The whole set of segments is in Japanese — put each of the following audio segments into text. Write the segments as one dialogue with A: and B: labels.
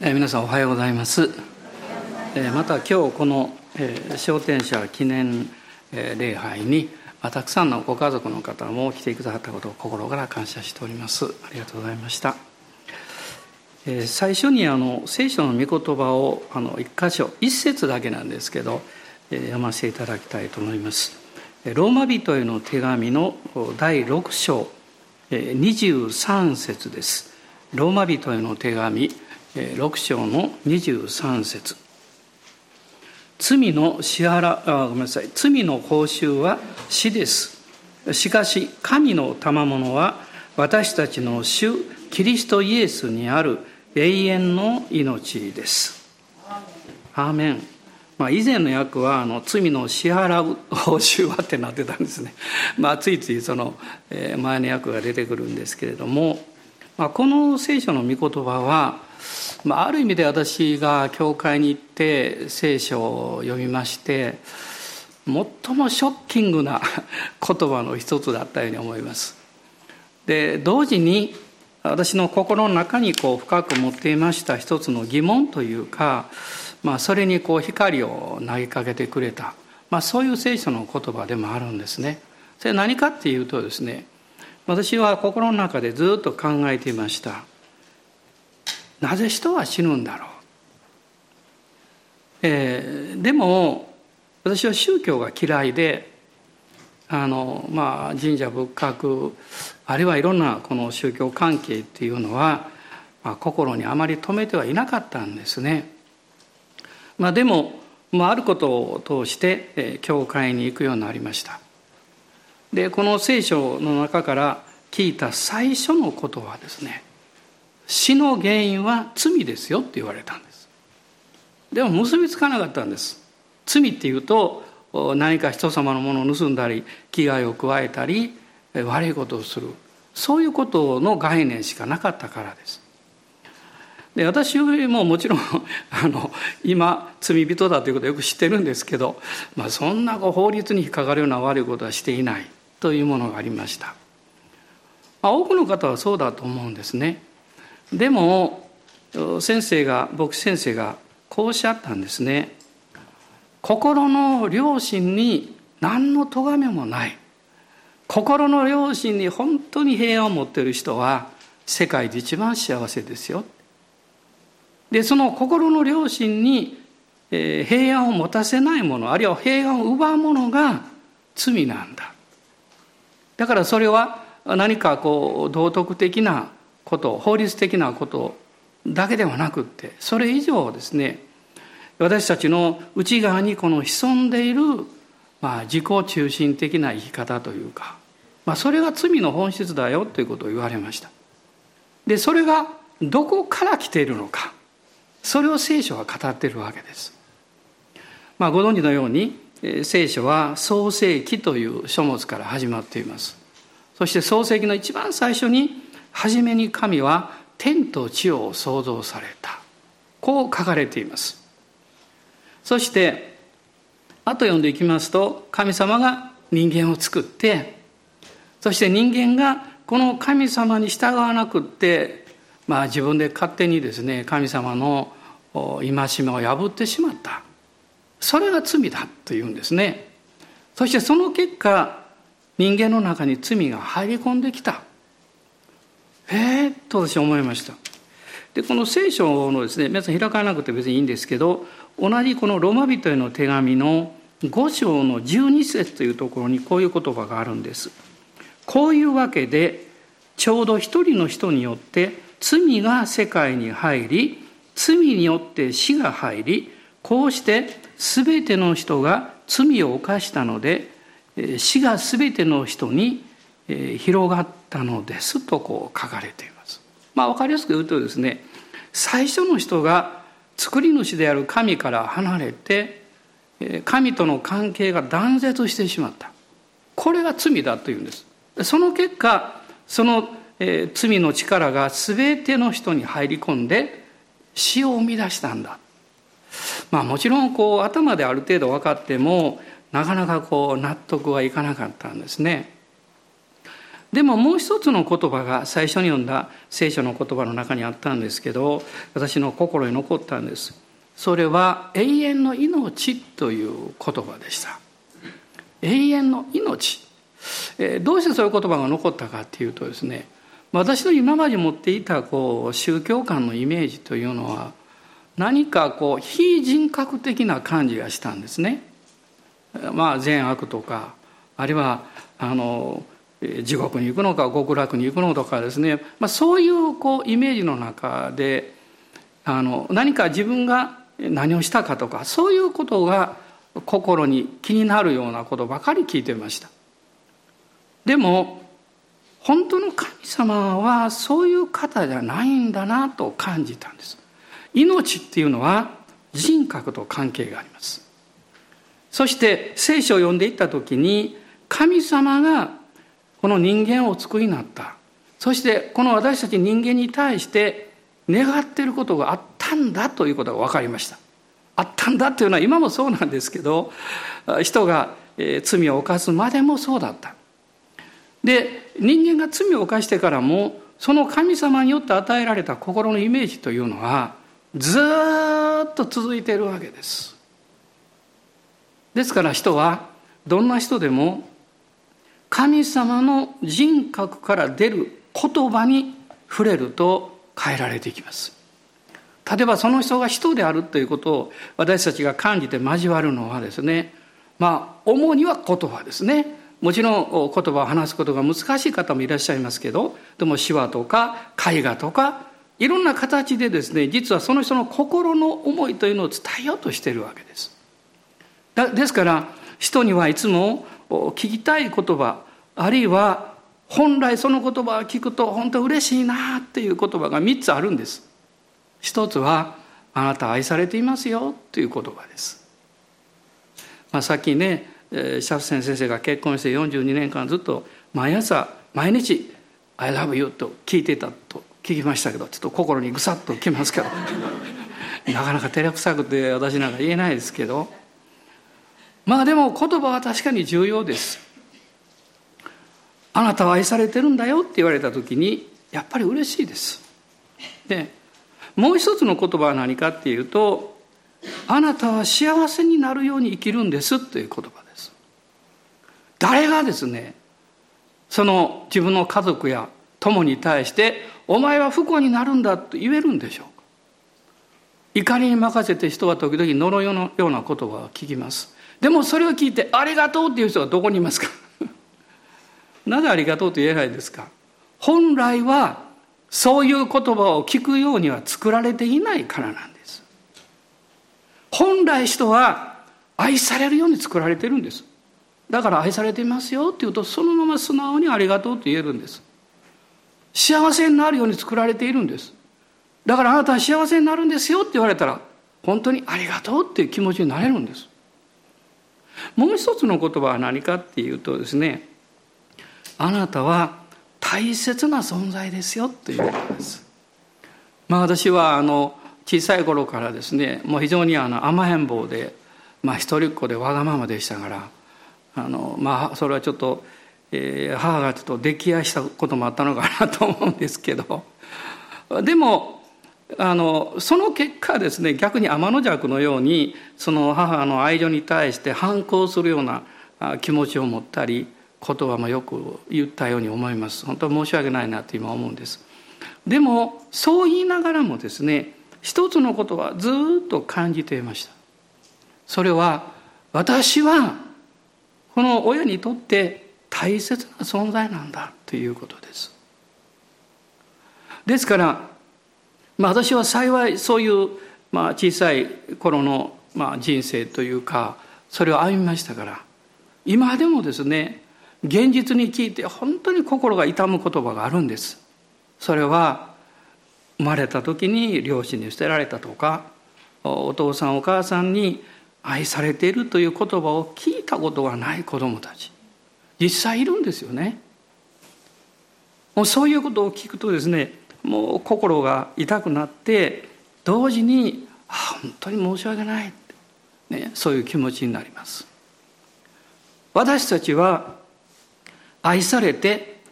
A: 皆さんおはようございます。また今日この昇天者記念礼拝にたくさんのご家族の方も来てくださったことを心から感謝しております。ありがとうございました。最初に聖書の御言葉を一箇所一節だけなんですけど読ませていただきたいと思います。ローマ人への手紙の第6章23節です。ローマ人への手紙6章の23節。罪の報酬は死です。しかし神の賜物は私たちの主キリストイエスにある永遠の命です。アーメン。以前の訳は罪の支払う報酬はってなってたんですね。ついついその前の訳が出てくるんですけれども、この聖書の御言葉はある意味で私が教会に行って聖書を読みまして最もショッキングな言葉の一つだったように思います。で同時に私の心の中に深く持っていました一つの疑問というか、それに光を投げかけてくれた、そういう聖書の言葉でもあるんですね。それ何かっていうとですね、私は心の中でずっと考えていました。なぜ人は死ぬんだろう。でも私は宗教が嫌いで神社仏閣あるいはいろんなこの宗教関係っていうのは、心にあまり留めてはいなかったんですね。でも、あることを通して教会に行くようになりました。でこの聖書の中から聞いた最初のことはですね、死の原因は罪ですよって言われたんです。でも結びつかなかったんです。罪っていうと何か人様のものを盗んだり危害を加えたり悪いことをする、そういうことの概念しかなかったからです。で私ももちろん今罪人だということをよく知ってるんですけど、そんな法律に引っかかるような悪いことはしていないというものがありました。多くの方はそうだと思うんですね。でも牧師先生がこうおっしゃったんですね。心の良心に何の咎めもない、心の良心に本当に平安を持っている人は世界で一番幸せですよ。でその心の良心に平安を持たせないもの、あるいは平安を奪うものが罪なんだ。だからそれは何か道徳的なこと、法律的なことだけではなくって、それ以上ですね、私たちの内側にこの潜んでいる、自己中心的な生き方というか、それが罪の本質だよということを言われました。でそれがどこから来ているのか、それを聖書は語っているわけです。ご存知のように聖書は創世記という書物から始まっています。そして創世記の一番最初に、初めに神は天と地を創造された、こう書かれています。そして後読んでいきますと、神様が人間を作って、そして人間がこの神様に従わなくって、自分で勝手にですね神様の戒めを破ってしまった、それが罪だというんですね。そしてその結果、人間の中に罪が入り込んできた。と私は思いました。でこの聖書のですね、皆さん開かなくて別にいいんですけど、同じこのローマ人への手紙の5章の12節というところにこういう言葉があるんです。こういうわけでちょうど一人の人によって罪が世界に入り、罪によって死が入り、こうして全ての人が罪を犯したので、死が全ての人に広がったのですと書かれています。分かりやすく言うとですね、最初の人が作り主である神から離れて神との関係が断絶してしまった、これが罪だというんです。その結果、その罪の力が全ての人に入り込んで死を生み出したんだ。もちろん頭である程度分かってもなかなか納得はいかなかったんですね。 でももう一つの言葉が最初に読んだ聖書の言葉の中にあったんですけど、私の心に残ったんです。それは永遠の命という言葉でした。永遠の命。どうしてそういう言葉が残ったかっていうとですね、私の今まで持っていた宗教観のイメージというのは、何か非人格的な感じがしたんですね。善悪とか、あるいは地獄に行くのか極楽に行くのとかですね、そういうイメージの中で何か自分が何をしたかとか、そういうことが心に気になるようなことばかり聞いていました。でも本当の神様はそういう方じゃないんだなと感じたんです。命っていうのは人格と関係があります。そして聖書を読んでいった時に、神様がこの人間をお作りになった。そしてこの私たち人間に対して願っていることがあったんだということが分かりました。あったんだというのは今もそうなんですけど、人が罪を犯すまでもそうだった。で、人間が罪を犯してからも、その神様によって与えられた心のイメージというのはずっと続いているわけです。ですから人はどんな人でも神様の人格から出る言葉に触れると変えられていきます。例えばその人が人であるということを私たちが感じて交わるのはですね、主には言葉ですね。もちろん言葉を話すことが難しい方もいらっしゃいますけど、でも手話とか絵画とかいろんな形でですね、実はその人の心の思いというのを伝えようとしているわけです。ですから人にはいつも聞きたい言葉、あるいは本来その言葉を聞くと本当嬉しいなっていう言葉が3つあるんです。一つは、あなた愛されていますよという言葉です。さっきね、シャフセン先生が結婚して42年間ずっと毎朝毎日 I love you と聞いていたと聞きましたけど、ちょっと心にぐさっときますけどなかなか照れくさくて私なんか言えないですけど、でも言葉は確かに重要です。あなたは愛されてるんだよって言われた時にやっぱり嬉しいです。で、もう一つの言葉は何かっていうと、あなたは幸せになるように生きるんですという言葉です。誰がですね、その自分の家族や友に対してお前は不幸になるんだと言えるんでしょうか。怒りに任せて人は時々呪いのような言葉を聞きます。でもそれを聞いてありがとうっていう人はどこにいますかなぜありがとうと言えないですか。本来はそういう言葉を聞くようには作られていないからなんです。本来人は愛されるように作られているんです。だから愛されていますよって言うと、そのまま素直にありがとうと言えるんです。幸せになるように作られているんです。だからあなたは幸せになるんですよって言われたら、本当にありがとうっていう気持ちになれるんです。もう一つの言葉は何かっていうとですね、あなたは大切な存在ですよということです。私は小さい頃からですね、もう非常に甘えん坊で、一人っ子でわがままでしたから、それはちょっと、母がちょっと溺愛したこともあったのかなと思うんですけど、でもその結果ですね、逆に天の弱のようにその母の愛情に対して反抗するような気持ちを持ったり、言葉もよく言ったように思います。本当は申し訳ないなと今思うんです。でもそう言いながらもですね、一つのことはずっと感じていました。それは、私はこの親にとって大切な存在なんだということです。ですから、私は幸いそういう、小さい頃の、人生というか、それを歩みましたから、今でもですね、現実に聞いて本当に心が痛む言葉があるんです。それは、生まれた時に両親に捨てられたとか、お父さんお母さんに愛されているという言葉を聞いたことがない子どもたち、実際いるんですよね。もうそういうことを聞くとですね、もう心が痛くなって、同時に本当に申し訳ない、そういう気持ちになります。私たちは愛されて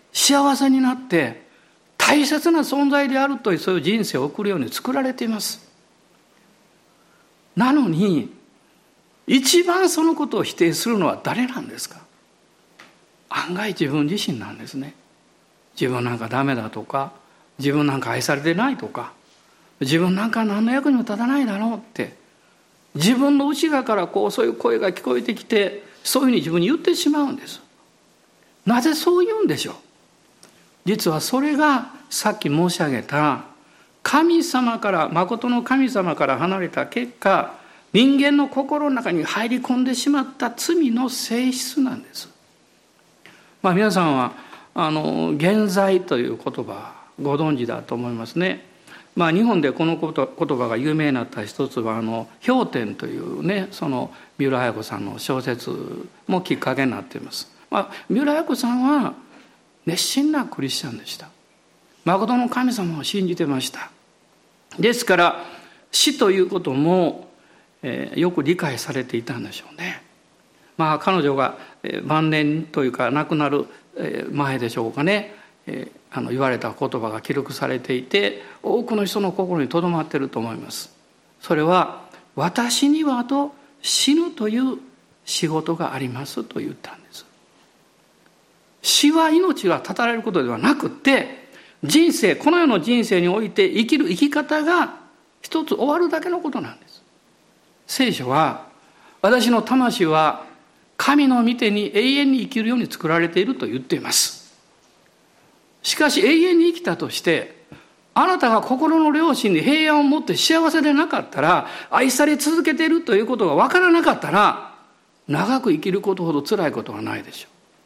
A: 幸せになって大切な存在であるというそういう人生を送るように作られています。なのに一番そのことを否定するのは誰なんですか？案外自分自身なんですね。自分なんかダメだとか、自分なんか愛されてないとか、自分なんか何の役にも立たないだろうって、自分の内側からそういう声が聞こえてきて、そういうふうに自分に言ってしまうんです。なぜそう言うんでしょう？実はそれがさっき申し上げた神様から、誠の神様から離れた結果、人間の心の中に入り込んでしまった罪の性質なんです。皆さんは現在という言葉ご存知だと思いますね。日本でこの言葉が有名になった一つは氷点というね、その三浦綾子さんの小説もきっかけになっています。三浦綾子さんは熱心なクリスチャンでした。誠の神様を信じてました。ですから死ということも、よく理解されていたんでしょうね。彼女が晩年というか亡くなる前でしょうかね、言われた言葉が記録されていて、多くの人の心にとどまっていると思います。それは私にはと死ぬという仕事がありますと言ったんです。死は命が絶たれることではなくて、人生、この世の人生において生きる生き方が一つ終わるだけのことなんです。聖書は私の魂は神の御手に永遠に生きるように作られていると言っています。しかし永遠に生きたとしてあなたが心の良心に平安を持って幸せでなかったら、愛され続けているということが分からなかったら、長く生きることほど辛いことはないでしょ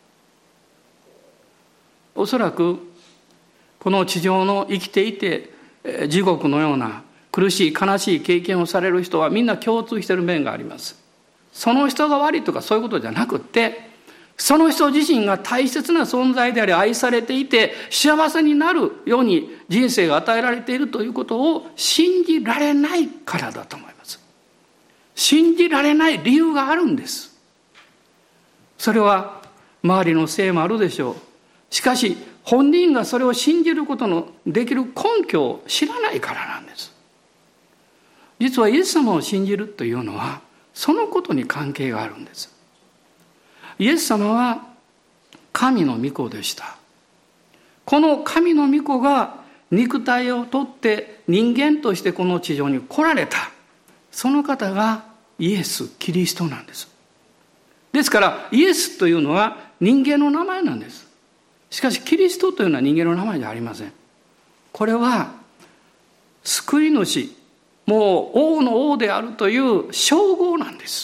A: う。おそらくこの地上の生きていて地獄のような苦しい悲しい経験をされる人はみんな共通している面があります。その人が悪いとかそういうことじゃなくって、その人自身が大切な存在であり愛されていて幸せになるように人生が与えられているということを信じられないからだと思います。信じられない理由があるんです。それは周りのせいもあるでしょう。しかし本人がそれを信じることのできる根拠を知らないからなんです。実はイエス様を信じるというのはそのことに関係があるんです。イエス様は神の御子でした。この神の御子が肉体をとって人間としてこの地上に来られた、その方がイエス・キリストなんです。ですからイエスというのは人間の名前なんです。しかしキリストというのは人間の名前じゃありません。これは救い主、もう王の王であるという称号なんです。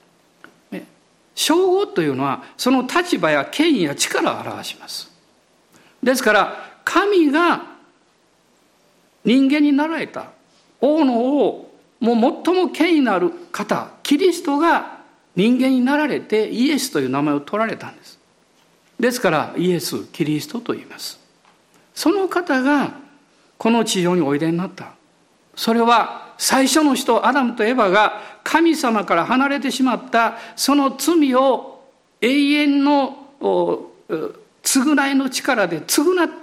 A: 称号というのはその立場や権威や力を表します。ですから神が人間になられた王の王、もう最も権威のある方キリストが人間になられてイエスという名前を取られたんです。ですからイエス・キリストと言います。その方がこの地上においでになった。それは最初の人アダムとエバが神様から離れてしまったその罪を永遠の償いの力で償って、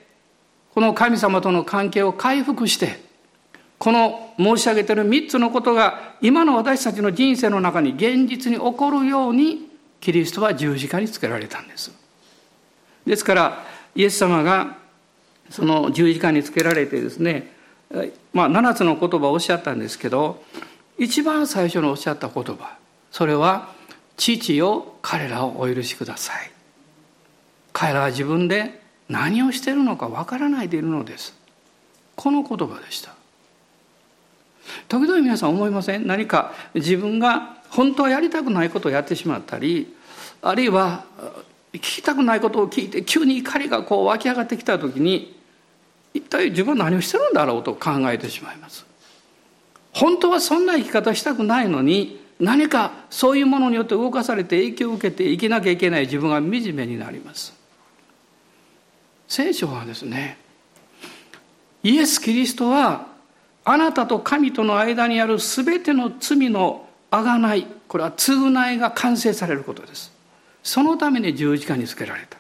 A: この神様との関係を回復して、この申し上げている3つのことが今の私たちの人生の中に現実に起こるようにキリストは十字架につけられたんです。ですからイエス様がその十字架につけられてですね、7つの言葉をおっしゃったんですけど、一番最初におっしゃった言葉、それは父よ彼らをお許しください。彼らは自分で何をしているのかわからないでいるのです。この言葉でした。時々皆さん思いません？何か自分が本当はやりたくないことをやってしまったり、あるいは聞きたくないことを聞いて急に怒りが湧き上がってきた時に、一体自分は何をしてるんだろうと考えてしまいます。本当はそんな生き方したくないのに、何かそういうものによって動かされて影響を受けて生きなきゃいけない自分が惨めになります。聖書はですね、イエス・キリストはあなたと神との間にあるすべての罪の贖い、これは償いが完成されることです。そのために十字架につけられた。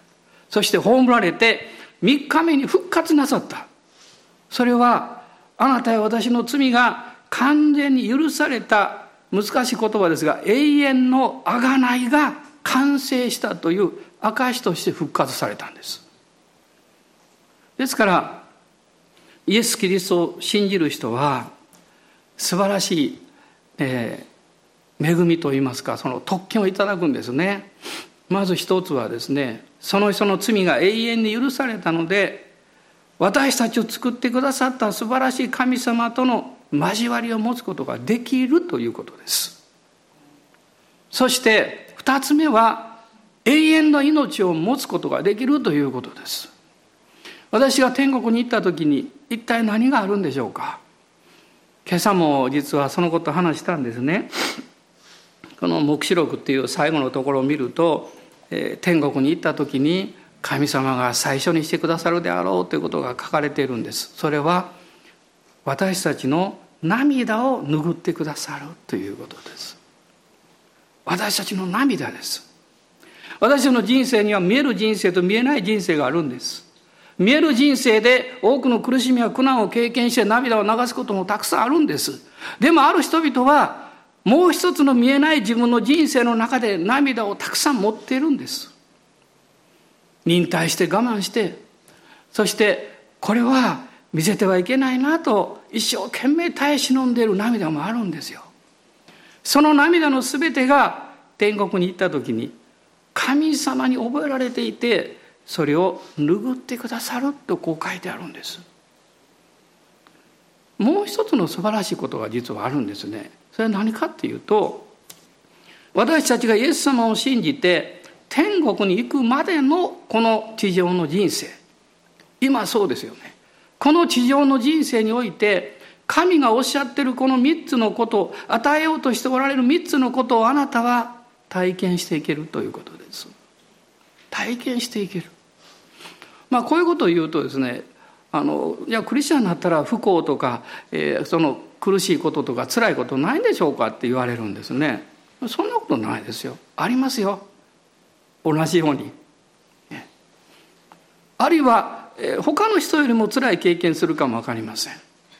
A: そして葬られて3日目に復活なさった。それはあなたや私の罪が完全に許された、難しい言葉ですが、永遠の贖いが完成したという証として復活されたんです。ですからイエス・キリストを信じる人は素晴らしい、恵みといいますか、その特権をいただくんですね。まず一つはですね、その人の罪が永遠に許されたので、私たちを作ってくださった素晴らしい神様との交わりを持つことができるということです。そして二つ目は永遠の命を持つことができるということです。私が天国に行った時に一体何があるんでしょうか。今朝も実はそのことを話したんですね。この黙示録っていう最後のところを見ると、天国に行った時に神様が最初にしてくださるであろうということが書かれているんです。それは私たちの涙を拭ってくださるということです。私たちの涙です。私たちの人生には見える人生と見えない人生があるんです。見える人生で多くの苦しみや苦難を経験して涙を流すこともたくさんあるんです。でもある人々はもう一つの見えない自分の人生の中で涙をたくさん持っているんです。忍耐して我慢して、そしてこれは見せてはいけないなと一生懸命耐え忍んでいる涙もあるんですよ。その涙のすべてが天国に行った時に神様に覚えられていて、それを拭ってくださるとこう書いてあるんです。もう一つの素晴らしいことが実はあるんですね。それは何かっていうと、私たちがイエス様を信じて天国に行くまでのこの地上の人生、今そうですよね。この地上の人生において神がおっしゃっているこの3つのこと、与えようとしておられる3つのことをあなたは体験していけるということです。体験していける。こういうことを言うとですね、いやクリスチャンになったら不幸とか、その苦しいこととか辛いことないんでしょうかって言われるんですね。そんなことないですよ。ありますよ。同じように。あるいは他の人よりも辛い経験するかもわかりませ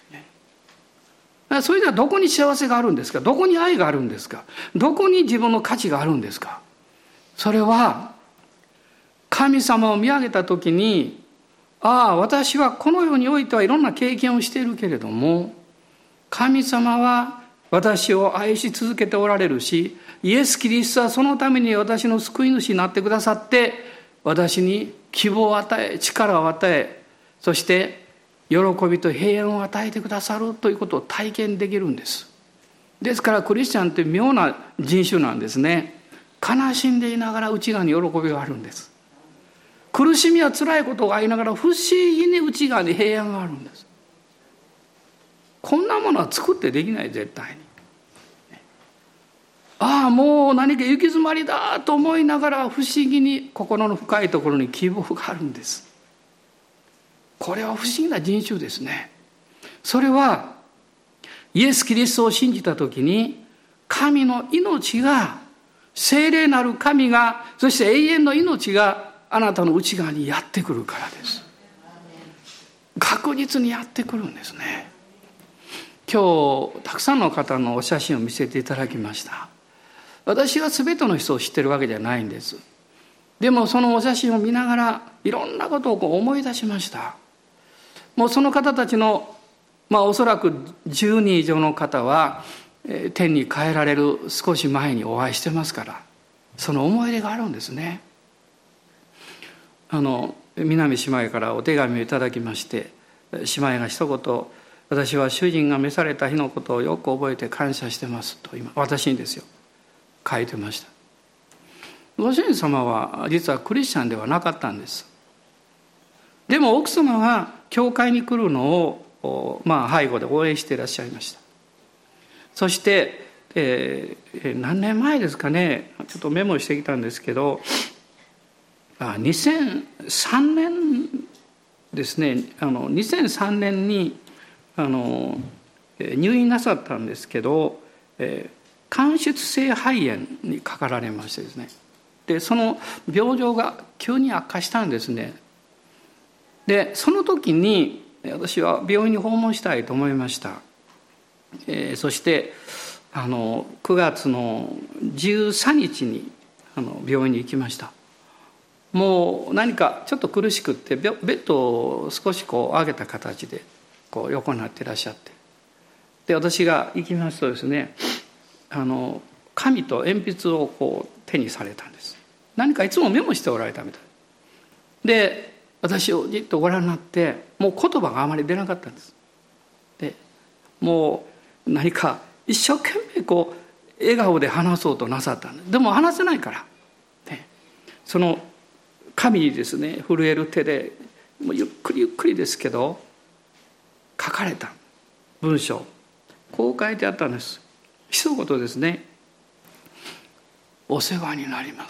A: ん。それではどこに幸せがあるんですか。どこに愛があるんですか。どこに自分の価値があるんですか。それは神様を見上げたときに、私はこの世においてはいろんな経験をしているけれども、神様は私を愛し続けておられるし、イエス・キリストはそのために私の救い主になってくださって、私に希望を与え、力を与え、そして喜びと平安を与えてくださるということを体験できるんです。ですからクリスチャンって妙な人種なんですね。悲しんでいながら内側に喜びがあるんです。苦しみや辛いことがありながら不思議に内側に平安があるんです。こんなものは作ってできない、絶対に。もう何か行き詰まりだと思いながら不思議に心の深いところに希望があるんです。これは不思議な人種ですね。それはイエス・キリストを信じたときに神の命が、聖霊なる神が、そして永遠の命があなたの内側にやってくるからです。確実にやってくるんですね。今日たくさんの方のお写真を見せていただきました。私は全ての人を知ってるわけじゃないんです。でもそのお写真を見ながらいろんなことを思い出しました。もうその方たちの、おそらく10人以上の方は天に帰られる少し前にお会いしてますから、その思い出があるんですね。南姉妹からお手紙をいただきまして、姉妹が一言、私は主人が召された日のことをよく覚えて感謝してますと、今私にですよ書いてました。ご主人様は実はクリスチャンではなかったんです。でも奥様が教会に来るのを背後で応援していらっしゃいました。そして、何年前ですかね、ちょっとメモしてきたんですけど、2003年ですね、2003年に入院なさったんですけど、間質性肺炎にかかられましてですね、 でその病状が急に悪化したんですね。でその時に私は病院に訪問したいと思いました。そして9月の13日に病院に行きました。もう何かちょっと苦しくってベッドを少し上げた形で横になっていらっしゃって、で私が行きますとですね、紙と鉛筆を手にされたんです。何かいつもメモしておられたみたいで、私をじっとご覧になって、もう言葉があまり出なかったんです。でもう何か一生懸命笑顔で話そうとなさったんです。でも話せないから、ね、その紙にですね、震える手でもうゆっくりゆっくりですけど書かれた文章、こう書いてあったんです。一言ですね。お世話になります。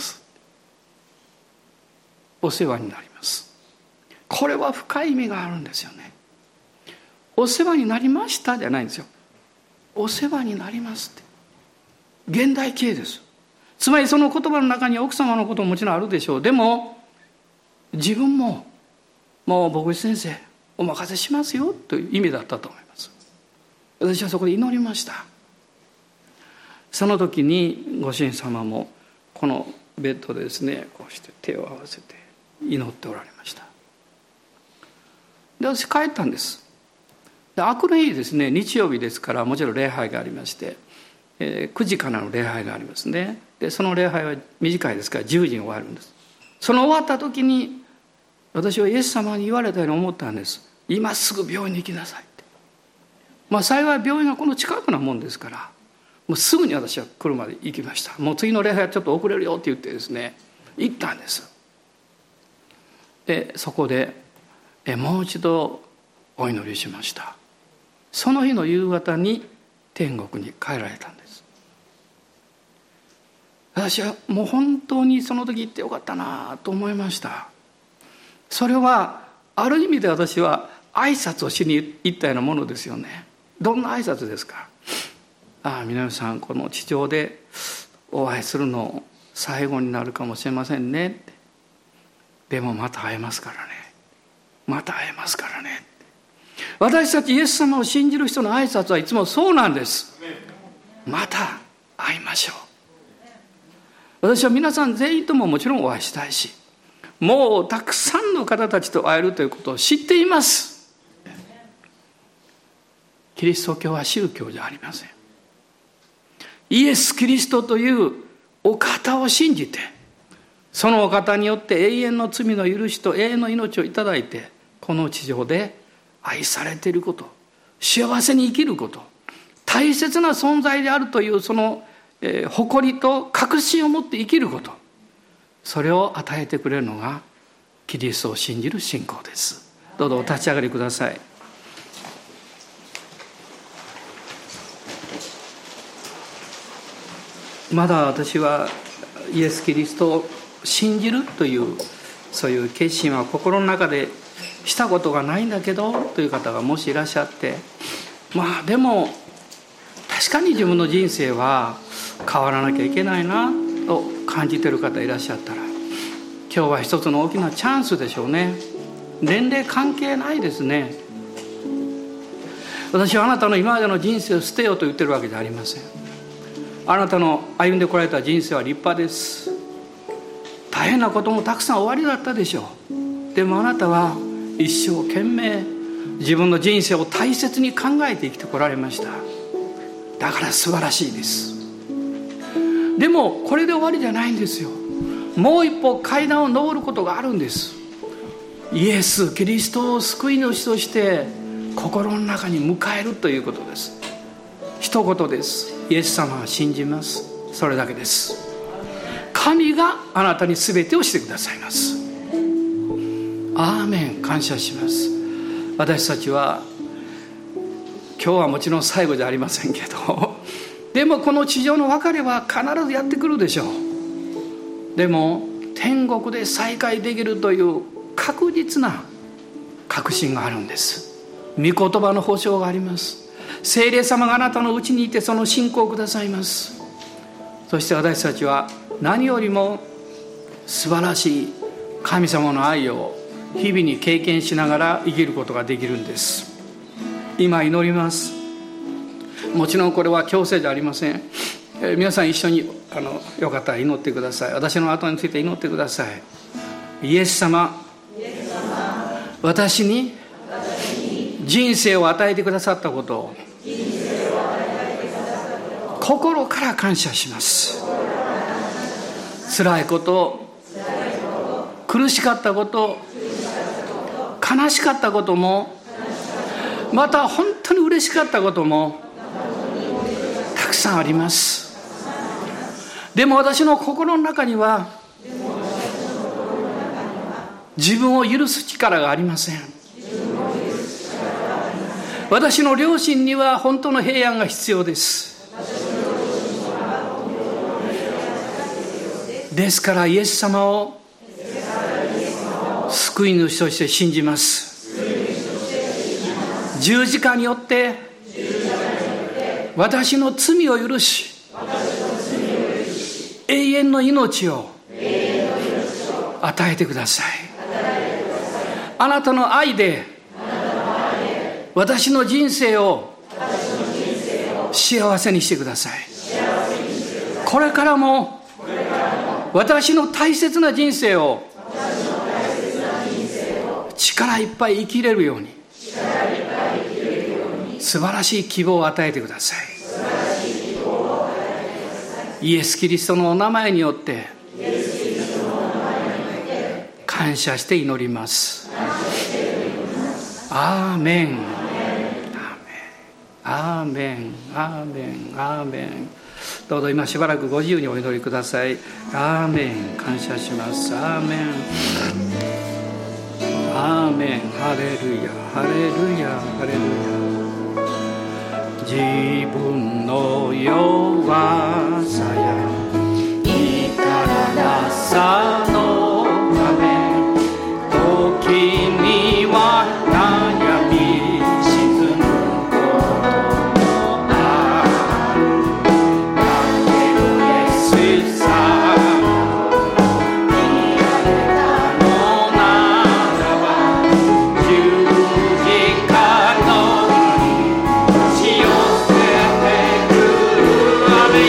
A: お世話になります。これは深い意味があるんですよね。お世話になりましたじゃないんですよ。お世話になりますって現代形です。つまりその言葉の中に奥様のことももちろんあるでしょう。でも自分ももう牧師先生お任せしますよという意味だったと思います。私はそこで祈りました。その時にご主人様もこのベッドでですね、こうして手を合わせて祈っておられました。で私帰ったんです。で明くる日ですね、日曜日ですからもちろん礼拝がありまして、9時からの礼拝がありますね。でその礼拝は短いですから10時に終わるんです。その終わった時に私はイエス様に言われたように思ったんです。今すぐ病院に行きなさいって。幸い病院がこの近くなもんですから、もうすぐに私は車で行きました。もう次の礼拝はちょっと遅れるよって言ってですね、行ったんです。でそこでもう一度お祈りしました。その日の夕方に天国に帰られたんです。私はもう本当にその時行ってよかったなと思いました。それはある意味で私は挨拶をしに行ったようなものですよね。どんな挨拶ですか。皆さんこの地上でお会いするの最後になるかもしれませんねって。でもまた会えますからね。また会えますからね。私たちイエス様を信じる人の挨拶はいつもそうなんです。また会いましょう。私は皆さん全員とももちろんお会いしたいし、もうたくさんの方たちと会えるということを知っています。キリスト教は宗教じゃありません。イエス・キリストというお方を信じて、そのお方によって永遠の罪の許しと永遠の命をいただいて、この地上で愛されていること、幸せに生きること、大切な存在であるというその誇りと確信を持って生きること、それを与えてくれるのがキリストを信じる信仰です。どうぞお立ち上がりください。まだ私はイエス・キリストを信じるというそういう決心は心の中でしたことがないんだけどという方がもしいらっしゃって、でも確かに自分の人生は変わらなきゃいけないなと感じている方いらっしゃったら、今日は一つの大きなチャンスでしょうね。年齢関係ないですね。私はあなたの今までの人生を捨てようと言ってるわけじゃありません。あなたの歩んでこられた人生は立派です。大変なこともたくさんおありだったでしょう。でもあなたは一生懸命自分の人生を大切に考えて生きてこられました。だから素晴らしいです。でもこれで終わりじゃないんですよ。もう一歩階段を上ることがあるんです。イエス・キリストを救い主として心の中に迎えるということです。一言です。イエス様は信じます。それだけです。神があなたに全てをしてくださいます。アーメン。感謝します。私たちは今日はもちろん最後じゃありませんけど、でもこの地上の別れは必ずやってくるでしょう。でも天国で再会できるという確実な確信があるんです。御言葉の保証があります。聖霊様があなたのうちにいてその信仰をくださいます。そして私たちは何よりも素晴らしい神様の愛を日々に経験しながら生きることができるんです。今祈ります。もちろんこれは強制じゃありません。皆さん一緒によかったら祈ってください。私の後について祈ってください。イエス様、私に人生を与えてくださったことを心から感謝します。辛いこと、苦しかったこと、悲しかったことも、また本当に嬉しかったこともたくさんあります。でも私の心の中には自分を許す力がありません。私の良心には本当の平安が必要です。ですからイエス様を救い主として信じます。十字架によって私の罪を許し、永遠の命を与えてください。あなたの愛で私の人生を幸せにしてください。これからも私の大切な人生を力いっぱい生きれるように、素晴らしい希望を与えてください。イエス・キリストのお名前によって感謝して祈ります。アーメン、アーメン、アーメン、アーメン。どうぞ今しばらくご自由にお祈りください。アーメン、感謝します。アーメン、アーメン、ハレルヤ、ハレルヤ、ハレルヤ。自分の弱さや至らなさのため、時には悩み沈むこともある。だけどイエスさ言われたのならば、十字架の血を捨ててくる。アメン。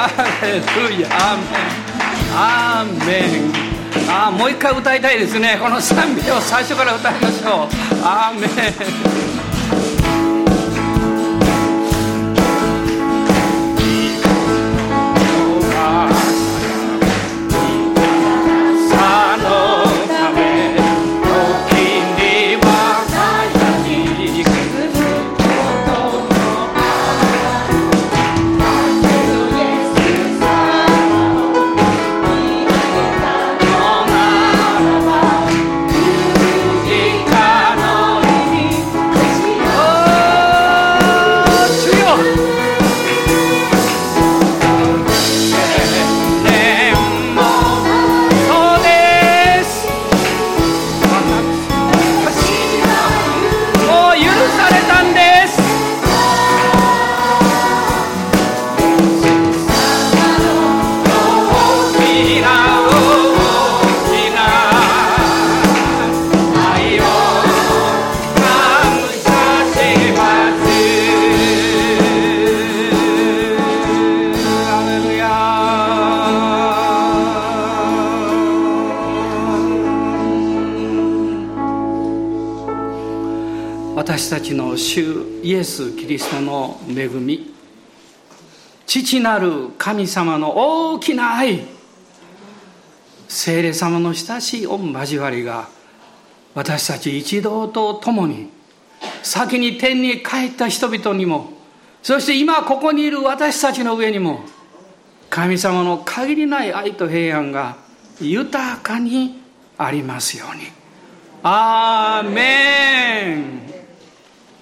A: ハレルヤ、アーメン、アーメン。もう一回歌いたいですね。この賛美を最初から歌いましょう。アーメン。私たちの主イエス・キリストの恵み、父なる神様の大きな愛、聖霊様の親しい御交わりが私たち一同と共に、先に天に帰った人々にも、そして今ここにいる私たちの上にも、神様の限りない愛と平安が豊かにありますように。アーメン。